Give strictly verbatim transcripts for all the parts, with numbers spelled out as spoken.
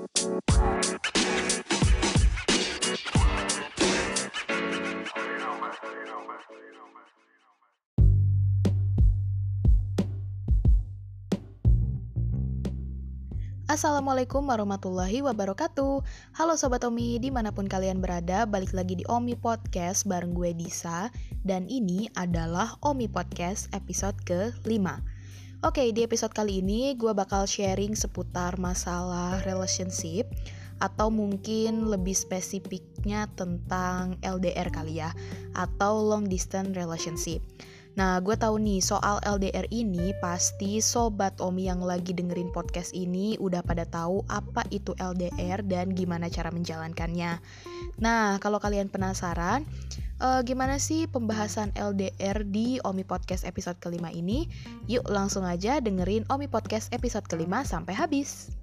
Assalamualaikum warahmatullahi wabarakatuh. Halo Sobat Omi, dimanapun kalian berada, balik lagi di Omi Podcast bareng gue Disa. Dan ini adalah Omi Podcast episode kelima. Oke, di episode kali ini gue bakal sharing seputar masalah relationship, atau mungkin lebih spesifiknya tentang L D R kali ya, atau long distance relationship. Nah, gue tahu nih soal L D R ini pasti Sobat Omi yang lagi dengerin podcast ini udah pada tahu apa itu L D R dan gimana cara menjalankannya. Nah, kalau kalian penasaran, uh, gimana sih pembahasan L D R di Omi Podcast episode kelima ini? Yuk langsung aja dengerin Omi Podcast episode kelima sampai habis.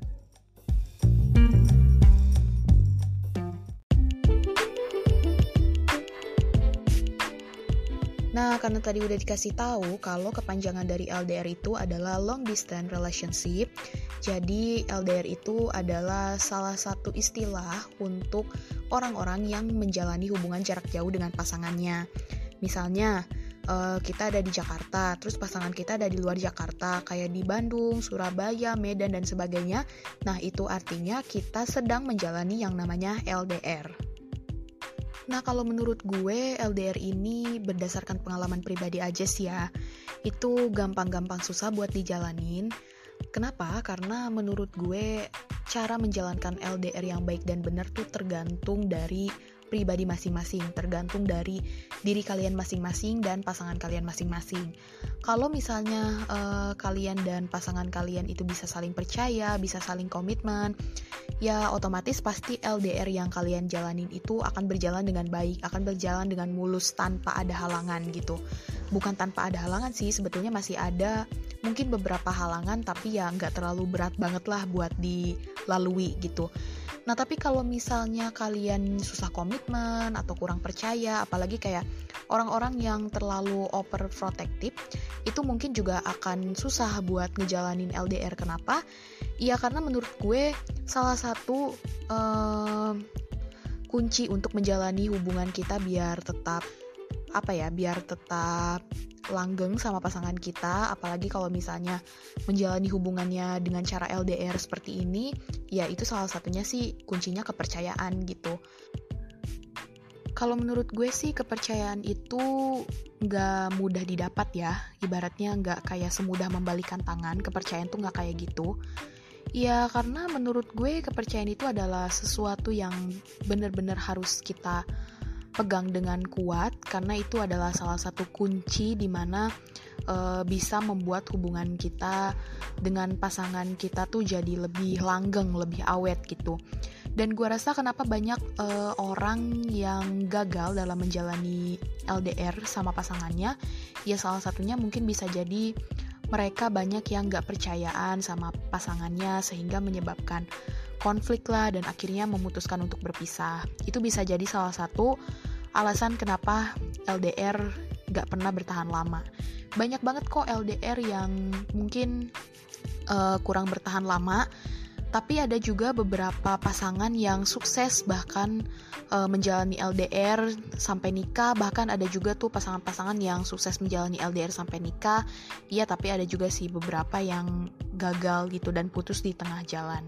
Nah, karena tadi udah dikasih tahu kalau kepanjangan dari L D R itu adalah long distance relationship. Jadi L D R itu adalah salah satu istilah untuk orang-orang yang menjalani hubungan jarak jauh dengan pasangannya. Misalnya, uh, kita ada di Jakarta, terus pasangan kita ada di luar Jakarta, kayak di Bandung, Surabaya, Medan, dan sebagainya. Nah, itu artinya kita sedang menjalani yang namanya L D R. Nah, kalau menurut gue, L D R ini berdasarkan pengalaman pribadi aja sih ya. Itu gampang-gampang susah buat dijalanin. Kenapa? Karena menurut gue, cara menjalankan L D R yang baik dan benar tuh tergantung dari pribadi masing-masing, tergantung dari diri kalian masing-masing dan pasangan kalian masing-masing. Kalau misalnya uh, kalian dan pasangan kalian itu bisa saling percaya, bisa saling komitmen, ya otomatis pasti L D R yang kalian jalanin itu akan berjalan dengan baik, akan berjalan dengan mulus tanpa ada halangan gitu. Bukan tanpa ada halangan sih, sebetulnya masih ada mungkin beberapa halangan, tapi ya nggak terlalu berat banget lah buat dilalui gitu. Nah, tapi kalau misalnya kalian susah komitmen atau kurang percaya, apalagi kayak orang-orang yang terlalu overprotective, itu mungkin juga akan susah buat ngejalanin L D R. Kenapa? Ya karena menurut gue salah satu uh, kunci untuk menjalani hubungan kita biar tetap apa ya, biar tetap langgeng sama pasangan kita, apalagi kalau misalnya menjalani hubungannya dengan cara L D R seperti ini, ya itu salah satunya sih kuncinya kepercayaan gitu. Kalau menurut gue sih kepercayaan itu gak mudah didapat ya, ibaratnya gak kayak semudah membalikan tangan, kepercayaan tuh gak kayak gitu. Ya karena menurut gue kepercayaan itu adalah sesuatu yang benar-benar harus kita pegang dengan kuat, karena itu adalah salah satu kunci di mana e, bisa membuat hubungan kita dengan pasangan kita tuh jadi lebih langgeng, lebih awet gitu. Dan gue rasa kenapa banyak e, orang yang gagal dalam menjalani L D R sama pasangannya, ya salah satunya mungkin bisa jadi mereka banyak yang gak percayaan sama pasangannya sehingga menyebabkan konflik lah dan akhirnya memutuskan untuk berpisah. Itu bisa jadi salah satu alasan kenapa L D R gak pernah bertahan lama. Banyak banget kok L D R yang mungkin uh, kurang bertahan lama, tapi ada juga beberapa pasangan yang sukses bahkan uh, menjalani L D R sampai nikah. Bahkan ada juga tuh pasangan-pasangan yang sukses menjalani L D R sampai nikah. Iya, tapi ada juga sih beberapa yang gagal gitu dan putus di tengah jalan.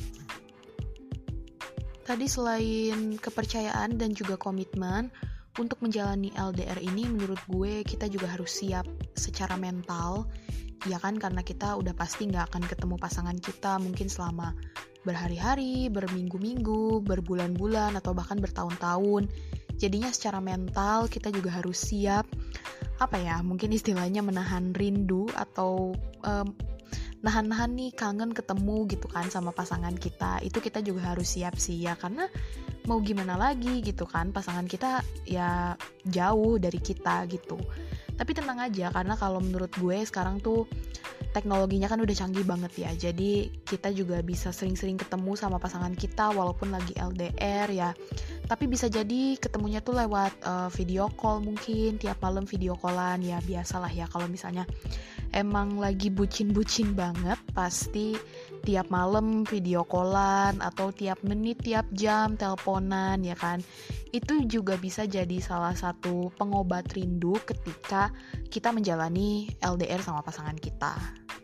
Tadi selain kepercayaan dan juga komitmen, untuk menjalani L D R ini menurut gue kita juga harus siap secara mental, ya kan, karena kita udah pasti gak akan ketemu pasangan kita mungkin selama berhari-hari, berminggu-minggu, berbulan-bulan, atau bahkan bertahun-tahun. Jadinya secara mental kita juga harus siap, apa ya, mungkin istilahnya menahan rindu atau um, nahan-nahan nih kangen ketemu gitu kan sama pasangan kita. Itu kita juga harus siap sih ya, karena mau gimana lagi gitu kan, pasangan kita ya jauh dari kita gitu. Tapi tenang aja, karena kalau menurut gue sekarang tuh teknologinya kan udah canggih banget ya. Jadi kita juga bisa sering-sering ketemu sama pasangan kita walaupun lagi L D R ya. Tapi bisa jadi ketemunya tuh lewat uh, video call, mungkin tiap malam video callan ya, biasalah ya. Kalau misalnya emang lagi bucin-bucin banget, pasti tiap malam video callan atau tiap menit, tiap jam teleponan ya kan. Itu juga bisa jadi salah satu pengobat rindu ketika kita menjalani L D R sama pasangan kita.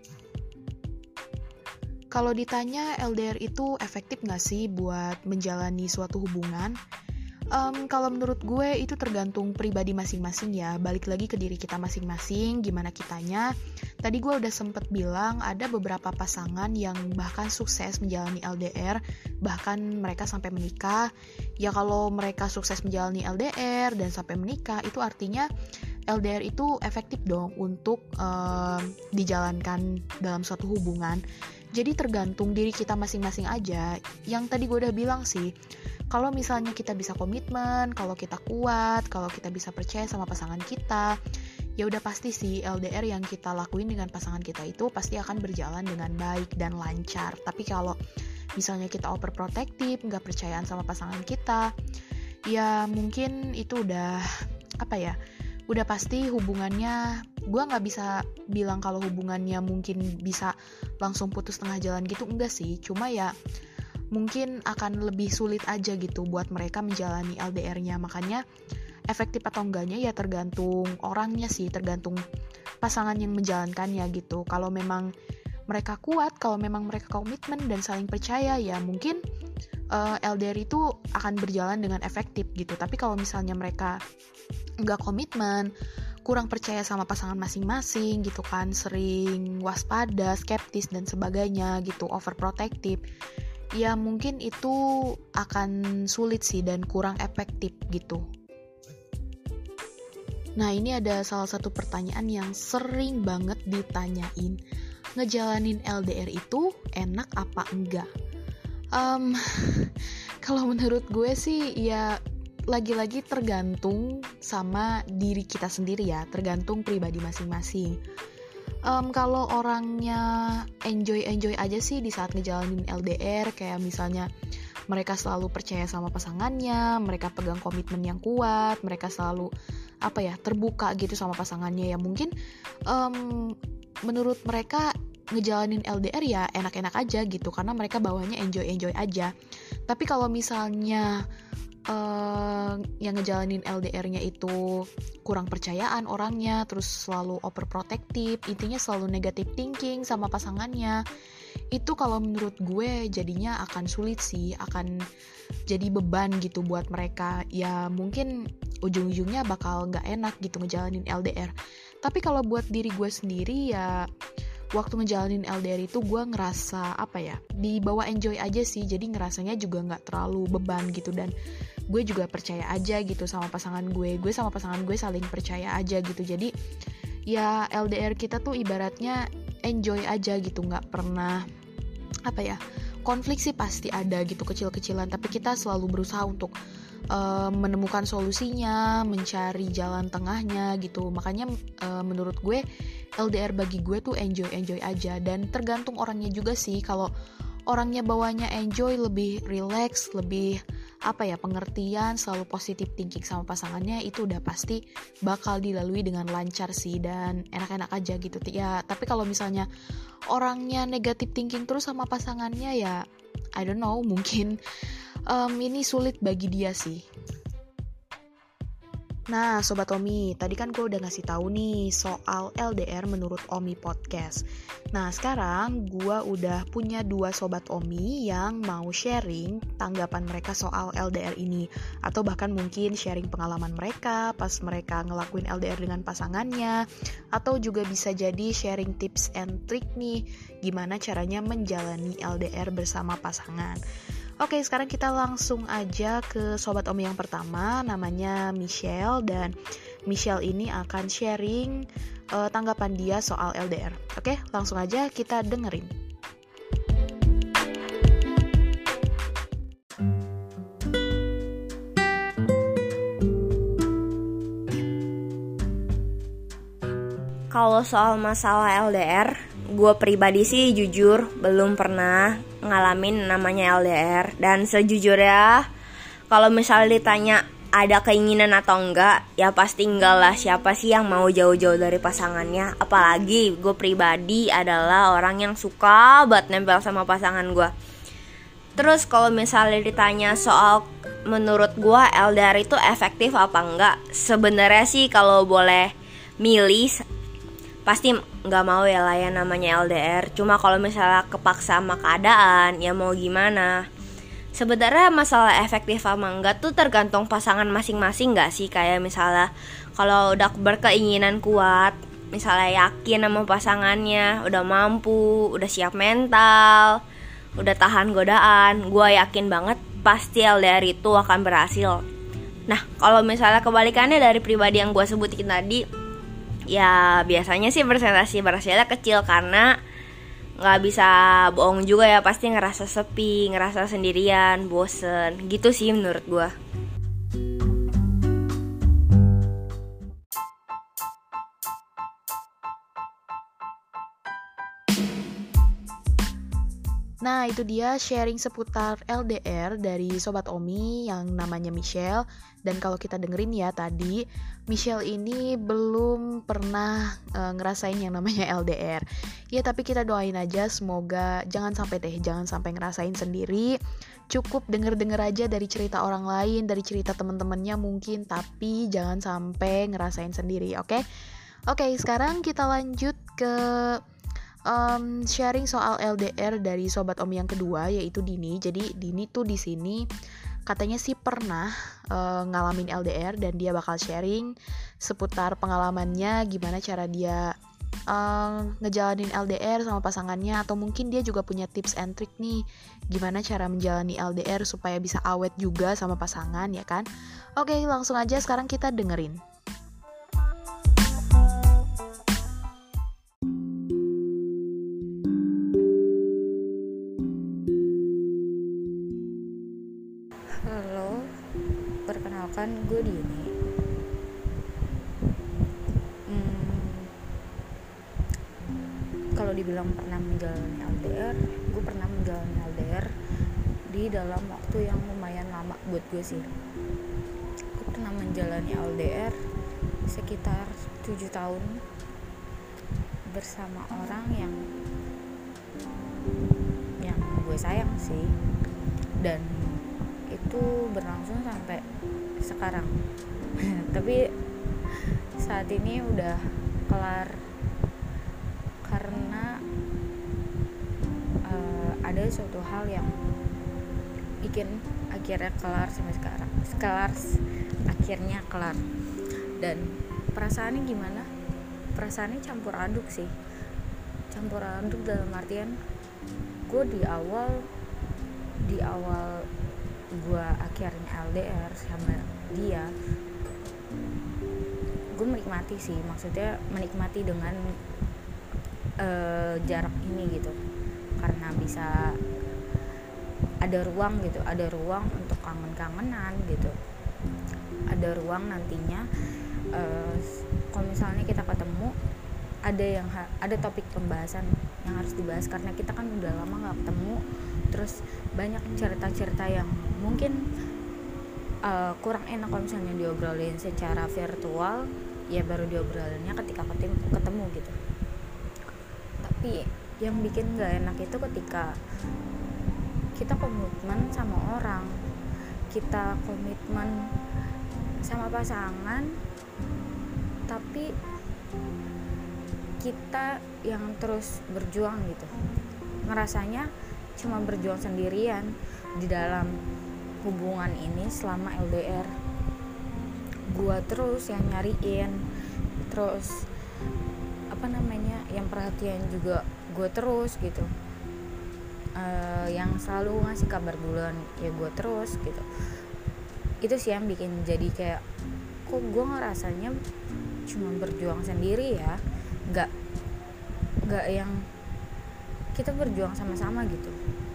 Kalau ditanya L D R itu efektif gak sih buat menjalani suatu hubungan? Um, kalau menurut gue itu tergantung pribadi masing-masing ya. Balik lagi ke diri kita masing-masing, gimana kitanya. Tadi gue udah sempet bilang ada beberapa pasangan yang bahkan sukses menjalani L D R, bahkan mereka sampai menikah. Ya kalau mereka sukses menjalani L D R dan sampai menikah, itu artinya L D R itu efektif dong untuk um, dijalankan dalam suatu hubungan. Jadi tergantung diri kita masing-masing aja. Yang tadi gue udah bilang sih, kalau misalnya kita bisa komitmen, kalau kita kuat, kalau kita bisa percaya sama pasangan kita, ya udah pasti sih L D R yang kita lakuin dengan pasangan kita itu pasti akan berjalan dengan baik dan lancar. Tapi kalau misalnya kita overprotective, nggak percayaan sama pasangan kita, ya mungkin itu udah apa ya? Udah pasti hubungannya, gue nggak bisa bilang kalau hubungannya mungkin bisa langsung putus tengah jalan gitu, enggak sih. Cuma ya mungkin akan lebih sulit aja gitu buat mereka menjalani L D R-nya. Makanya efektif atau enggaknya ya tergantung orangnya sih, tergantung pasangan yang menjalankannya gitu. Kalau memang mereka kuat, kalau memang mereka komitmen dan saling percaya, ya mungkin uh, L D R itu akan berjalan dengan efektif gitu. Tapi kalau misalnya mereka nggak komitmen, kurang percaya sama pasangan masing-masing gitu kan, sering waspada, skeptis dan sebagainya gitu, overprotective, ya mungkin itu akan sulit sih dan kurang efektif gitu. Nah, ini ada salah satu pertanyaan yang sering banget ditanyain, ngejalanin L D R itu enak apa enggak? Um, kalau menurut gue sih ya lagi-lagi tergantung sama diri kita sendiri ya, tergantung pribadi masing-masing. Um, kalau orangnya enjoy-enjoy aja sih di saat ngejalanin L D R, kayak misalnya mereka selalu percaya sama pasangannya, mereka pegang komitmen yang kuat, mereka selalu apa ya terbuka gitu sama pasangannya, ya mungkin um, menurut mereka ngejalanin L D R ya enak-enak aja gitu, karena mereka bawanya enjoy-enjoy aja. Tapi kalau misalnya Uh, yang ngejalanin L D R-nya itu kurang percayaan orangnya, terus selalu overprotective, intinya selalu negative thinking sama pasangannya, itu kalau menurut gue jadinya akan sulit sih, akan jadi beban gitu buat mereka. Ya mungkin ujung-ujungnya bakal gak enak gitu ngejalanin L D R. Tapi kalau buat diri gue sendiri ya waktu ngejalanin L D R itu gue ngerasa apa ya, dibawa enjoy aja sih, jadi ngerasanya juga gak terlalu beban gitu, dan gue juga percaya aja gitu sama pasangan gue, gue sama pasangan gue saling percaya aja gitu. Jadi ya L D R kita tuh ibaratnya enjoy aja gitu, gak pernah apa ya, konflik sih pasti ada gitu kecil-kecilan, tapi kita selalu berusaha untuk uh, menemukan solusinya, mencari jalan tengahnya gitu. Makanya uh, menurut gue L D R bagi gue tuh enjoy-enjoy aja, dan tergantung orangnya juga sih. Kalau orangnya bawanya enjoy, lebih relax, lebih apa ya, pengertian, selalu positive thinking sama pasangannya, itu udah pasti bakal dilalui dengan lancar sih dan enak-enak aja gitu ya. Tapi kalau misalnya orangnya negative thinking terus sama pasangannya, ya I don't know, mungkin um, ini sulit bagi dia sih. Nah, Sobat Omi, tadi kan gue udah ngasih tahu nih soal L D R menurut Omi Podcast. Nah, sekarang gue udah punya dua Sobat Omi yang mau sharing tanggapan mereka soal L D R ini. Atau bahkan mungkin sharing pengalaman mereka pas mereka ngelakuin L D R dengan pasangannya. Atau juga bisa jadi sharing tips and trick nih, gimana caranya menjalani L D R bersama pasangan. Oke, sekarang kita langsung aja ke Sobat Omi yang pertama, namanya Michelle, dan Michelle ini akan sharing uh, tanggapan dia soal L D R. Oke, langsung aja kita dengerin. Kalau soal masalah L D R, gue pribadi sih jujur belum pernah ngalamin namanya L D R. Dan sejujurnya kalau misalnya ditanya ada keinginan atau enggak, ya pasti enggak lah. Siapa sih yang mau jauh-jauh dari pasangannya? Apalagi gue pribadi adalah orang yang suka banget nempel sama pasangan gue. Terus kalau misalnya ditanya soal menurut gue L D R itu efektif apa enggak, sebenarnya sih kalau boleh milih pasti nggak mau ya lah ya namanya L D R. Cuma kalau misalnya kepaksa sama keadaan, ya mau gimana. Sebenarnya masalah efektif sama enggak tuh tergantung pasangan masing-masing gak sih? Kayak misalnya kalau udah berkeinginan kuat, misalnya yakin sama pasangannya, udah mampu, udah siap mental, udah tahan godaan, gue yakin banget pasti L D R itu akan berhasil. Nah kalau misalnya kebalikannya dari pribadi yang gue sebutin tadi, ya biasanya sih persentase berhasilnya kecil karena nggak bisa bohong juga ya, pasti ngerasa sepi, ngerasa sendirian, bosen, gitu sih menurut gue. Nah, itu dia sharing seputar L D R dari Sobat Omi yang namanya Michelle. Dan kalau kita dengerin ya tadi, Michelle ini belum pernah e, ngerasain yang namanya L D R. Ya, tapi kita doain aja semoga jangan sampai deh, jangan sampai ngerasain sendiri. Cukup denger-denger aja dari cerita orang lain, dari cerita temen-temennya mungkin, tapi jangan sampai ngerasain sendiri, oke? Okay? Oke, okay, sekarang kita lanjut ke Um, sharing soal L D R dari Sobat Omi yang kedua, yaitu Dini. Jadi Dini tuh di sini katanya sih pernah uh, ngalamin L D R dan dia bakal sharing seputar pengalamannya, gimana cara dia uh, ngejalanin L D R sama pasangannya, atau mungkin dia juga punya tips and trick nih gimana cara menjalani L D R supaya bisa awet juga sama pasangan, ya kan? Oke, langsung aja sekarang kita dengerin. Halo, perkenalkan gue Dini. hmm, Kalau dibilang pernah menjalani L D R, gue pernah menjalani L D R di dalam waktu yang lumayan lama buat gue sih. Gue pernah menjalani L D R sekitar tujuh tahun bersama orang yang yang gue sayang sih, dan itu berlangsung sampai sekarang. Tapi saat ini udah kelar karena uh, ada suatu hal yang bikin akhirnya kelar sampai sekarang. Kelar, akhirnya kelar. Dan perasaannya gimana? Perasaannya campur aduk sih. Campur aduk dalam artian gue di awal di awal gue akhirnya L D R sama dia, gue menikmati sih, maksudnya menikmati dengan uh, jarak ini gitu, karena bisa ada ruang gitu, ada ruang untuk kangen-kangenan gitu, ada ruang nantinya uh, kalau misalnya kita ketemu ada yang ha- ada topik pembahasan yang harus dibahas, karena kita kan udah lama nggak ketemu, terus banyak cerita-cerita yang mungkin uh, kurang enak kalau misalnya diobrolin secara virtual, ya baru diobrolinnya ketika ketemu, ketemu gitu. Tapi yang bikin nggak enak itu ketika kita komitmen sama orang, kita komitmen sama pasangan, tapi kita yang terus berjuang gitu, ngerasanya cuma berjuang sendirian di dalam hubungan ini selama L D R. Gua terus yang nyariin, terus apa namanya, yang perhatian juga gue terus gitu, uh, yang selalu ngasih kabar duluan ya gue terus gitu. Itu sih yang bikin jadi kayak, kok gue ngerasanya cuma berjuang sendiri ya, nggak nggak yang kita berjuang sama-sama gitu.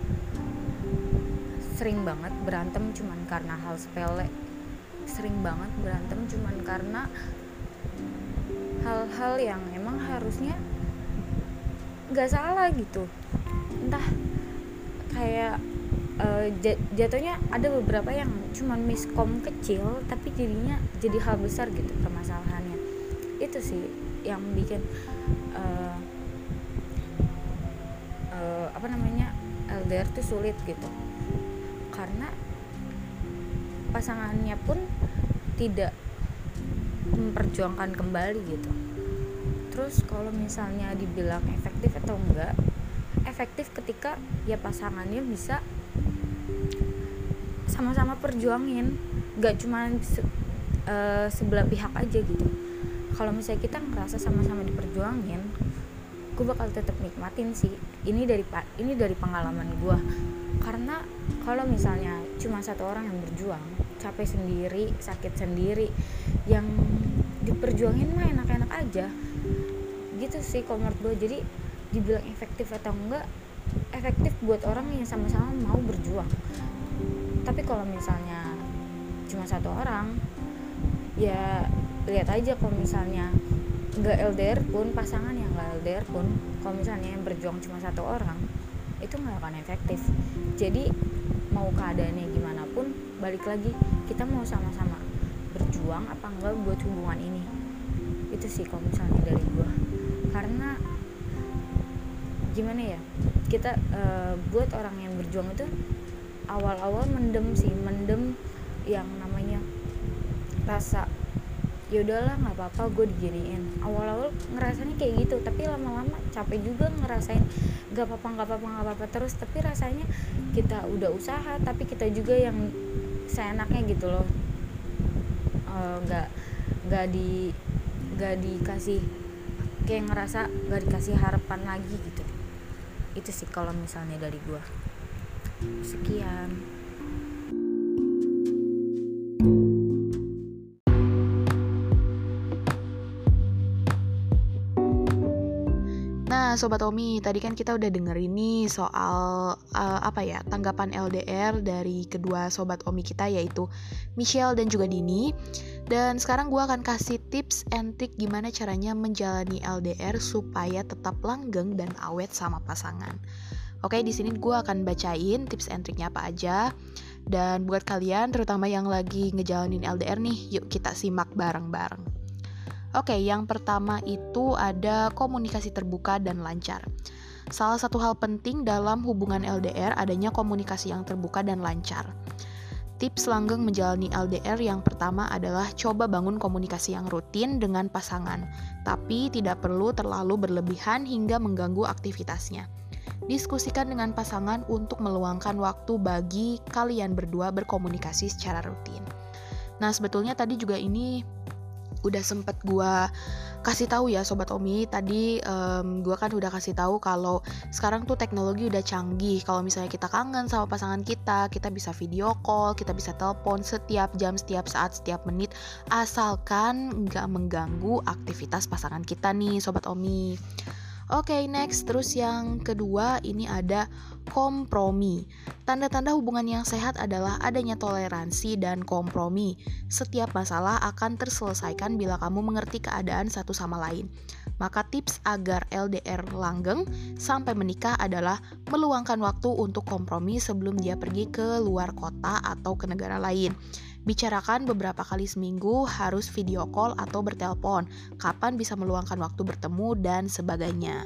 Sering banget berantem cuman karena hal sepele, sering banget berantem cuman karena hal-hal yang emang harusnya nggak salah gitu. Entah kayak uh, jatuhnya ada beberapa yang cuman miskom kecil tapi jadinya jadi hal besar gitu permasalahannya. Itu sih yang bikin uh, uh, apa namanya L D R tuh sulit gitu, karena pasangannya pun tidak memperjuangkan kembali gitu. Terus kalau misalnya dibilang efektif atau enggak, efektif ketika ya pasangannya bisa sama-sama perjuangin, nggak cuma se- uh, sebelah pihak aja gitu. Kalau misalnya kita ngerasa sama-sama diperjuangin, gue bakal tetap nikmatin sih. Ini dari ini dari pengalaman gue, karena kalau misalnya cuma satu orang yang berjuang, capek sendiri, sakit sendiri, yang diperjuangin mah enak-enak aja gitu sih kalau menurut gue. Jadi dibilang efektif atau enggak, efektif buat orang yang sama-sama mau berjuang. Tapi kalau misalnya cuma satu orang, ya lihat aja, kalau misalnya nggak L D R pun, pasangan yang nggak L D R pun, kalau misalnya yang berjuang cuma satu orang, itu nggak akan efektif. Jadi mau keadaannya gimana pun, balik lagi kita mau sama-sama berjuang apa enggak buat hubungan ini. Itu sih kalau misalnya dari gua, karena gimana ya, kita uh, buat orang yang berjuang itu awal-awal mendem sih, mendem yang namanya rasa ya udahlah nggak apa-apa gue diginiin. Awal-awal ngerasanya kayak gitu, tapi lama-lama capek juga ngerasain nggak apa-apa nggak apa-apa nggak apa-apa terus. Tapi rasanya kita udah usaha, tapi kita juga yang seenaknya gitu loh, nggak uh, nggak di nggak dikasih, kayak ngerasa nggak dikasih harapan lagi gitu. Itu sih kalau misalnya dari gue. Sekian. Nah, Sobat Omi, tadi kan kita udah denger ini soal uh, apa ya, tanggapan L D R dari kedua Sobat Omi kita, yaitu Michelle dan juga Dini. Dan sekarang gue akan kasih tips and trick gimana caranya menjalani L D R supaya tetap langgeng dan awet sama pasangan. Oke, di sini gue akan bacain tips and tricknya apa aja. Dan buat kalian, terutama yang lagi ngejalanin L D R nih, yuk kita simak bareng-bareng. Oke, yang pertama itu ada komunikasi terbuka dan lancar. Salah satu hal penting dalam hubungan L D R adanya komunikasi yang terbuka dan lancar. Tips langgeng menjalani L D R yang pertama adalah coba bangun komunikasi yang rutin dengan pasangan, tapi tidak perlu terlalu berlebihan hingga mengganggu aktivitasnya. Diskusikan dengan pasangan untuk meluangkan waktu bagi kalian berdua berkomunikasi secara rutin. Nah, sebetulnya tadi juga ini udah sempet gue kasih tahu ya Sobat Omi. Tadi um, gue kan udah kasih tahu kalau sekarang tuh teknologi udah canggih. Kalau misalnya kita kangen sama pasangan kita, kita bisa video call, kita bisa telepon setiap jam, setiap saat, setiap menit, asalkan nggak mengganggu aktivitas pasangan kita nih Sobat Omi. Oke, okay, next. Terus yang kedua ini ada kompromi. Tanda-tanda hubungan yang sehat adalah adanya toleransi dan kompromi. Setiap masalah akan terselesaikan bila kamu mengerti keadaan satu sama lain. Maka tips agar L D R langgeng sampai menikah adalah meluangkan waktu untuk kompromi sebelum dia pergi ke luar kota atau ke negara lain. Bicarakan beberapa kali seminggu, harus video call atau bertelepon, kapan bisa meluangkan waktu bertemu, dan sebagainya.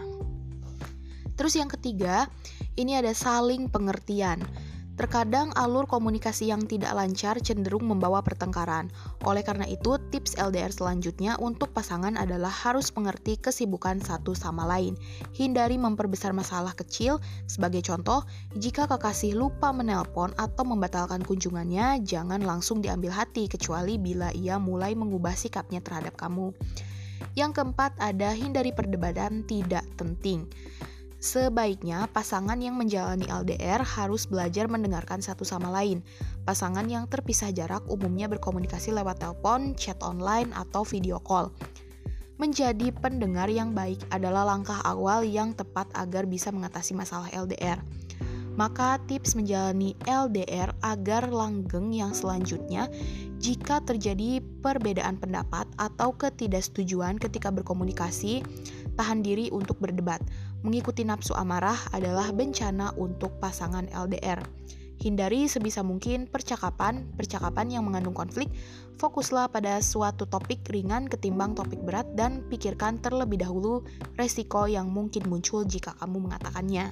Terus yang ketiga, ini ada saling pengertian. Terkadang alur komunikasi yang tidak lancar cenderung membawa pertengkaran. Oleh karena itu, tips L D R selanjutnya untuk pasangan adalah harus mengerti kesibukan satu sama lain. Hindari memperbesar masalah kecil. Sebagai contoh, jika kekasih lupa menelpon atau membatalkan kunjungannya, jangan langsung diambil hati, kecuali bila ia mulai mengubah sikapnya terhadap kamu. Yang keempat ada hindari perdebatan tidak penting. Sebaiknya pasangan yang menjalani L D R harus belajar mendengarkan satu sama lain. Pasangan yang terpisah jarak umumnya berkomunikasi lewat telepon, chat online, atau video call. Menjadi pendengar yang baik adalah langkah awal yang tepat agar bisa mengatasi masalah L D R. Maka tips menjalani L D R agar langgeng yang selanjutnya, jika terjadi perbedaan pendapat atau ketidaksetujuan ketika berkomunikasi, tahan diri untuk berdebat. Mengikuti nafsu amarah adalah bencana untuk pasangan L D R. Hindari sebisa mungkin percakapan-percakapan yang mengandung konflik. Fokuslah pada suatu topik ringan ketimbang topik berat dan pikirkan terlebih dahulu resiko yang mungkin muncul jika kamu mengatakannya.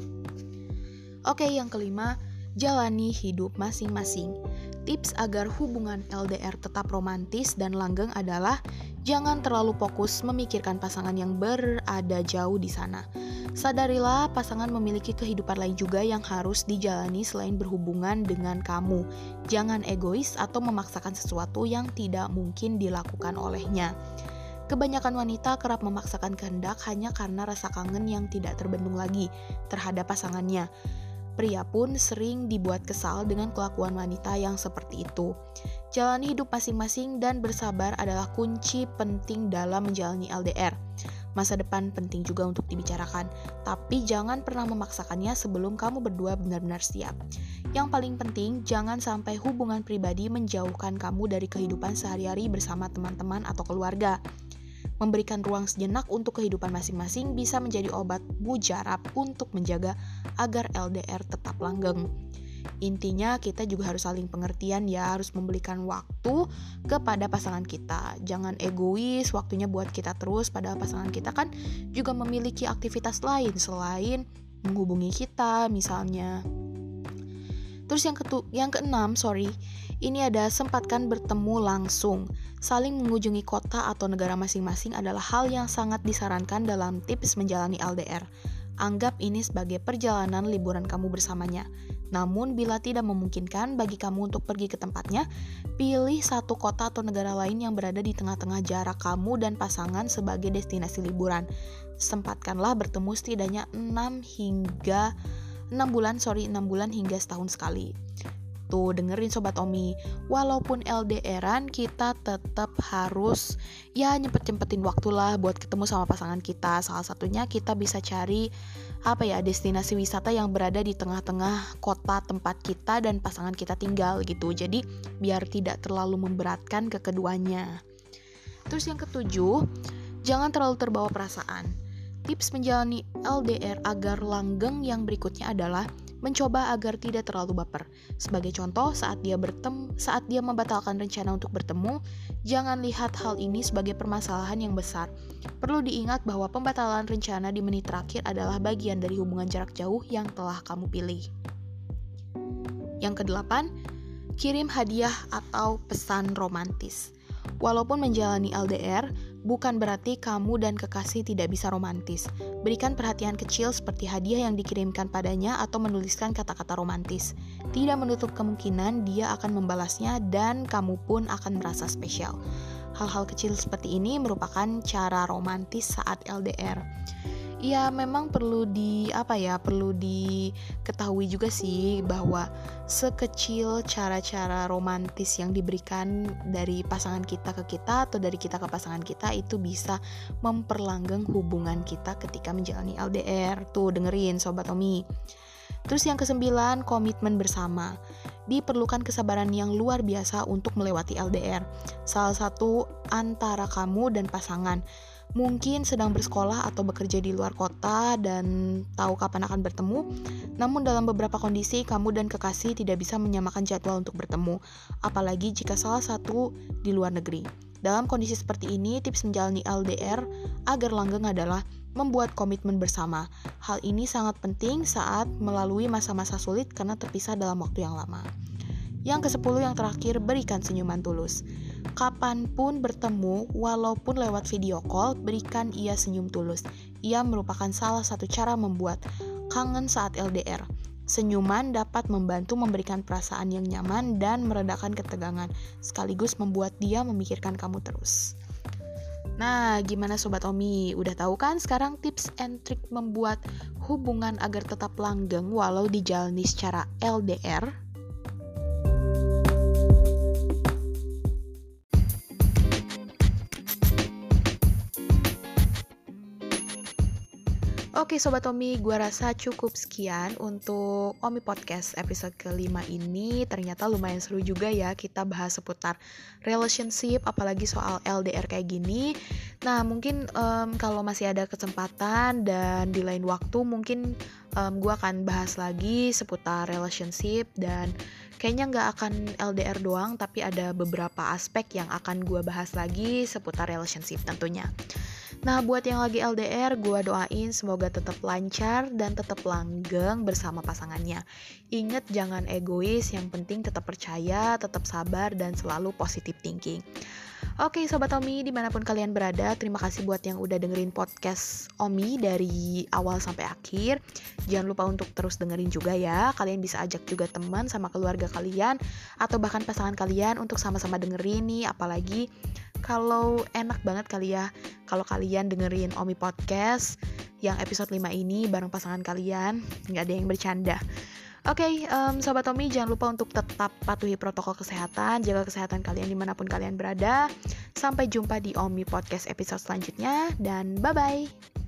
Oke, yang kelima, jalani hidup masing-masing. Tips agar hubungan L D R tetap romantis dan langgeng adalah jangan terlalu fokus memikirkan pasangan yang berada jauh di sana. Sadarilah pasangan memiliki kehidupan lain juga yang harus dijalani selain berhubungan dengan kamu. Jangan egois atau memaksakan sesuatu yang tidak mungkin dilakukan olehnya. Kebanyakan wanita kerap memaksakan kehendak hanya karena rasa kangen yang tidak terbendung lagi terhadap pasangannya. Pria pun sering dibuat kesal dengan kelakuan wanita yang seperti itu. Jalani hidup masing-masing dan bersabar adalah kunci penting dalam menjalani L D R. Masa depan penting juga untuk dibicarakan, tapi jangan pernah memaksakannya sebelum kamu berdua benar-benar siap. Yang paling penting, jangan sampai hubungan pribadi menjauhkan kamu dari kehidupan sehari-hari bersama teman-teman atau keluarga. Memberikan ruang sejenak untuk kehidupan masing-masing bisa menjadi obat mujarab untuk menjaga agar L D R tetap langgeng. Intinya kita juga harus saling pengertian ya, harus memberikan waktu kepada pasangan kita. Jangan egois, waktunya buat kita terus, padahal pasangan kita kan juga memiliki aktivitas lain selain menghubungi kita misalnya. Terus yang ketu- yang keenam, sorry, ini ada sempatkan bertemu langsung. Saling mengunjungi kota atau negara masing-masing adalah hal yang sangat disarankan dalam tips menjalani L D R. Anggap ini sebagai perjalanan liburan kamu bersamanya. Namun bila tidak memungkinkan bagi kamu untuk pergi ke tempatnya, pilih satu kota atau negara lain yang berada di tengah-tengah jarak kamu dan pasangan sebagai destinasi liburan. Sempatkanlah bertemu setidaknya enam hingga enam bulan, sorry, enam bulan hingga setahun sekali. Tuh, dengerin Sobat Omi, walaupun L D R-an kita tetap harus ya nyempet-nyempetin waktu lah buat ketemu sama pasangan kita. Salah satunya kita bisa cari apa ya destinasi wisata yang berada di tengah-tengah kota tempat kita dan pasangan kita tinggal gitu. Jadi biar tidak terlalu memberatkan ke keduanya. Terus yang ketujuh, jangan terlalu terbawa perasaan. Tips menjalani L D R agar langgeng yang berikutnya adalah mencoba agar tidak terlalu baper. Sebagai contoh, saat dia bertemu, saat dia membatalkan rencana untuk bertemu, jangan lihat hal ini sebagai permasalahan yang besar. Perlu diingat bahwa pembatalan rencana di menit terakhir adalah bagian dari hubungan jarak jauh yang telah kamu pilih. Yang kedelapan, kirim hadiah atau pesan romantis. Walaupun menjalani L D R, bukan berarti kamu dan kekasih tidak bisa romantis. Berikan perhatian kecil seperti hadiah yang dikirimkan padanya atau menuliskan kata-kata romantis. Tidak menutup kemungkinan dia akan membalasnya dan kamu pun akan merasa spesial. Hal-hal kecil seperti ini merupakan cara romantis saat L D R. Ya memang perlu di apa ya perlu diketahui juga sih bahwa sekecil cara-cara romantis yang diberikan dari pasangan kita ke kita atau dari kita ke pasangan kita itu bisa memperlanggeng hubungan kita ketika menjalani L D R. Tuh dengerin Sobat Omi. Terus yang kesembilan, komitmen bersama. Diperlukan kesabaran yang luar biasa untuk melewati L D R. Salah satu antara kamu dan pasangan mungkin sedang bersekolah atau bekerja di luar kota dan tahu kapan akan bertemu. Namun dalam beberapa kondisi kamu dan kekasih tidak bisa menyamakan jadwal untuk bertemu, apalagi jika salah satu di luar negeri. Dalam kondisi seperti ini, tips menjalani L D R agar langgeng adalah membuat komitmen bersama. Hal ini sangat penting saat melalui masa-masa sulit karena terpisah dalam waktu yang lama. Yang kesepuluh yang terakhir, berikan senyuman tulus. Kapanpun bertemu, walaupun lewat video call, berikan ia senyum tulus. Ia merupakan salah satu cara membuat kangen saat L D R. Senyuman dapat membantu memberikan perasaan yang nyaman dan meredakan ketegangan, sekaligus membuat dia memikirkan kamu terus. Nah, gimana Sobat Omi? Udah tahu kan sekarang tips and trik membuat hubungan agar tetap langgeng walau dijalani secara L D R? Oke Sobat Omi, gue rasa cukup sekian untuk Omi Podcast episode kelima ini. Ternyata lumayan seru juga ya kita bahas seputar relationship, apalagi soal L D R kayak gini. Nah mungkin um, kalau masih ada kesempatan dan di lain waktu mungkin um, gue akan bahas lagi seputar relationship. Dan kayaknya gak akan L D R doang, tapi ada beberapa aspek yang akan gue bahas lagi seputar relationship tentunya. Nah buat yang lagi L D R, gue doain semoga tetap lancar dan tetap langgeng bersama pasangannya. Ingat jangan egois, yang penting tetap percaya, tetap sabar, dan selalu positive thinking. Oke Sobat Omi, dimanapun kalian berada, terima kasih buat yang udah dengerin podcast Omi dari awal sampai akhir. Jangan lupa untuk terus dengerin juga ya. Kalian bisa ajak juga teman sama keluarga kalian, atau bahkan pasangan kalian untuk sama-sama dengerin nih. Apalagi kalau enak banget kali ya kalau kalian dengerin Omi Podcast yang episode lima ini bareng pasangan kalian, nggak ada yang bercanda. Oke, okay, um, Sobat Omi jangan lupa untuk tetap patuhi protokol kesehatan, jaga kesehatan kalian dimanapun kalian berada. Sampai jumpa di Omi Podcast episode selanjutnya, dan bye-bye.